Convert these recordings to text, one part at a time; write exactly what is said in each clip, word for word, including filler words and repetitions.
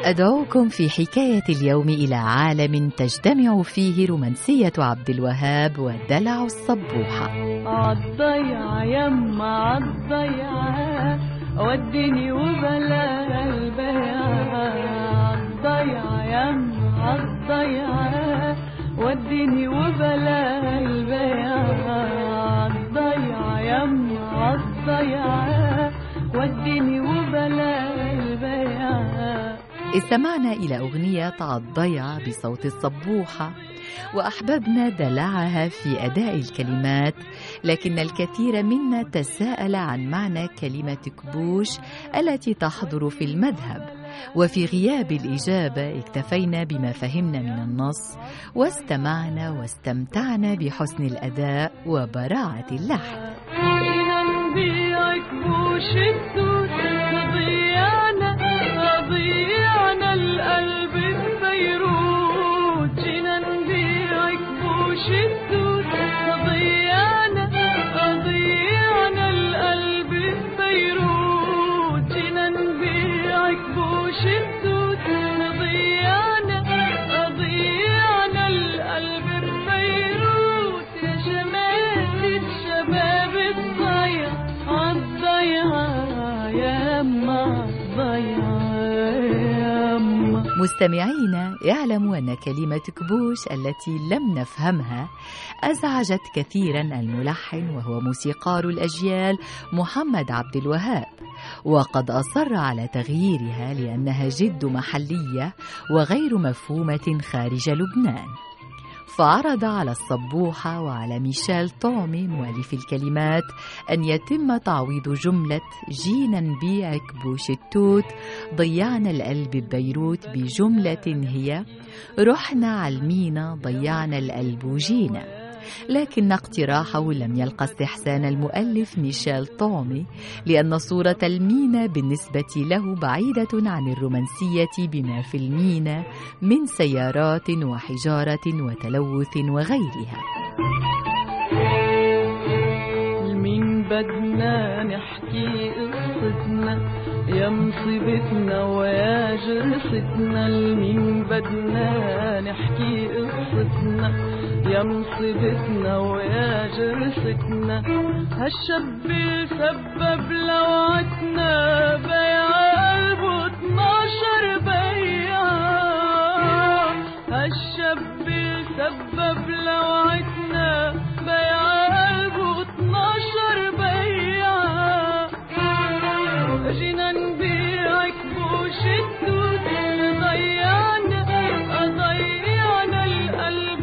أدعوكم في حكاية اليوم إلى عالم تجتمع فيه رومانسية عبد الوهاب ودلع الصبوحة. عالضيعة يما عالضيعة وديني وبلا البيعة، عالضيعة يما عالضيعة وديني وبلا البيعة، عالضيعة يما عالضيعة وديني وبلا البيعة. استمعنا إلى أغنية عالضيعة بصوت الصبوحة، وأحببنا دلعها في أداء الكلمات، لكن الكثير منا تساءل عن معنى كلمة كبوش التي تحضر في المذهب، وفي غياب الإجابة اكتفينا بما فهمنا من النص، واستمعنا واستمتعنا بحسن الأداء وبراعة اللحن. ضيعنا القلب ببيروت، جينا نبيعك بوش الدود، ضيعنا ضيعنا القلب ببيروت، جينا نبيعك بوش الدود، ضيعنا ضيعنا القلب ببيروت، يا جمال الشباب الضيع عالضيعة يما الضيعة. مستمعينا، اعلموا أن كلمة كبوش التي لم نفهمها أزعجت كثيرا الملحن وهو موسيقار الأجيال محمد عبد الوهاب، وقد أصر على تغييرها لأنها جد محلية وغير مفهومة خارج لبنان، فعرض على الصبوحة وعلى ميشيل تومي مؤلف الكلمات أن يتم تعويض جملة جينا نبيعك بوش التوت ضيعنا القلب ببيروت بجملة هي رحنا عالمينا ضيعنا القلب وجينا. لكن اقتراحه لم يلقى استحسان المؤلف ميشيل تومي، لأن صورة المينا بالنسبة له بعيدة عن الرومانسية بما في المينا من سيارات وحجارة وتلوث وغيرها. المين بدنا نحكي قصتنا يا مصيبتنا ويا جرستنا، المين بدنا نحكي قصتنا يا مصيبتنا ويا جرستنا، هالشاب سبب لوعتنا بيع قلبه اتناشر بيعة، هالشاب سبب لوعتنا بيع قلبه اتناشر بيعة، جينا نبيعك بوش التوت ضيعنا ضيعنا القلب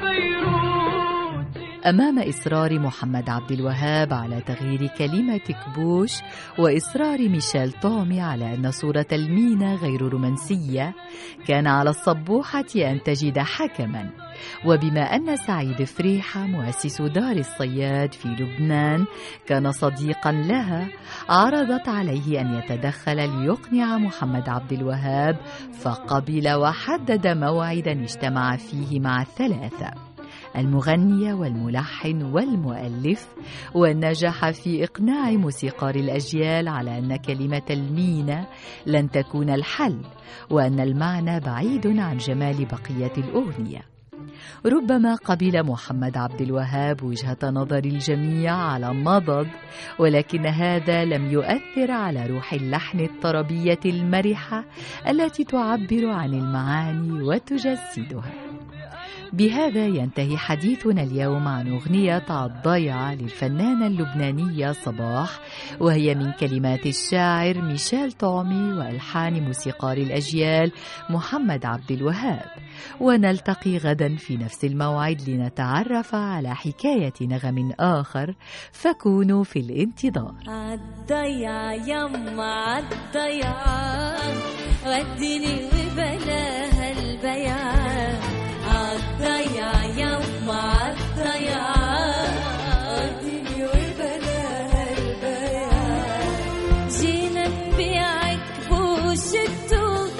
ببيروت. أمام إصرار محمد عبد الوهاب على تغيير كلمة كبوش وإصرار ميشيل تومي على أن صورة المينا غير رومانسية، كان على الصبوحة أن تجد حكما، وبما أن سعيد فريحة مؤسس دار الصياد في لبنان كان صديقا لها، عرضت عليه أن يتدخل ليقنع محمد عبد الوهاب، فقبل وحدد موعدا اجتمع فيه مع الثلاثة المغنية والملحن والمؤلف، ونجح في إقناع موسيقار الأجيال على أن كلمة المينا لن تكون الحل، وأن المعنى بعيد عن جمال بقية الأغنية. ربما قبل محمد عبد الوهاب وجهة نظر الجميع على مضض، ولكن هذا لم يؤثر على روح اللحن الطربية المرحة التي تعبر عن المعاني وتجسدها. بهذا ينتهي حديثنا اليوم عن أغنية عالضيعة للفنانة اللبنانية صباح، وهي من كلمات الشاعر ميشيل تومي وألحان موسيقار الأجيال محمد عبد الوهاب. ونلتقي غدا في نفس الموعد لنتعرف على حكاية نغم آخر، فكونوا في الانتظار. عالضيعة يما عالضيعة وديني وبلاها البيعة، عالضيعة يما عالضيعة وديني وبلاها البيعة، جينا نبيعك بوش التوت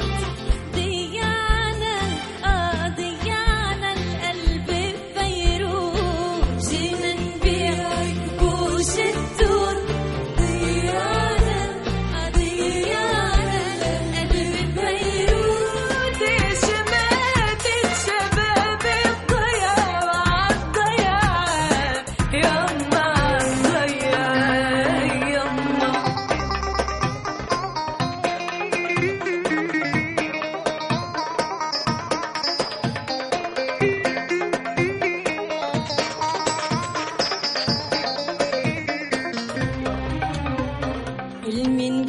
ضيعنا اه ضيعنا القلب ببيروت، جينا نبيعك بوش التوت ضيعنا ضيعنا القلب ببيروت.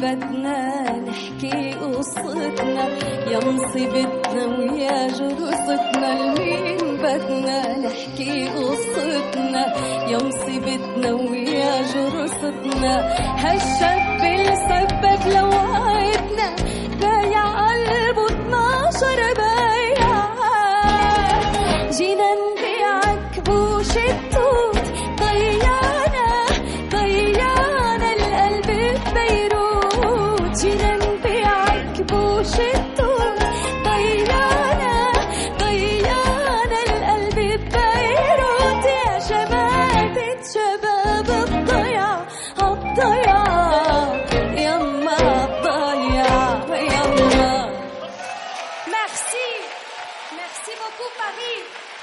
بدنا نحكي قصتنا يا مصيبتنا ويا جرستنا لمين بدنا نحكي قصتنا يا مصيبتنا ويا جرستنا هالشاب اللي سبب لوعدنا بايع قلبه اتناشر بايع جينا نبيع كبوش التوت ضيعنا ضيعنا القلب ببيروت جينا نبيع كبوش التوت ضيعنا ضيعنا القلب ببيروت يا شماتة شباب الضيع الضيع يما الضيع يما. Merci, merci beaucoup Paris.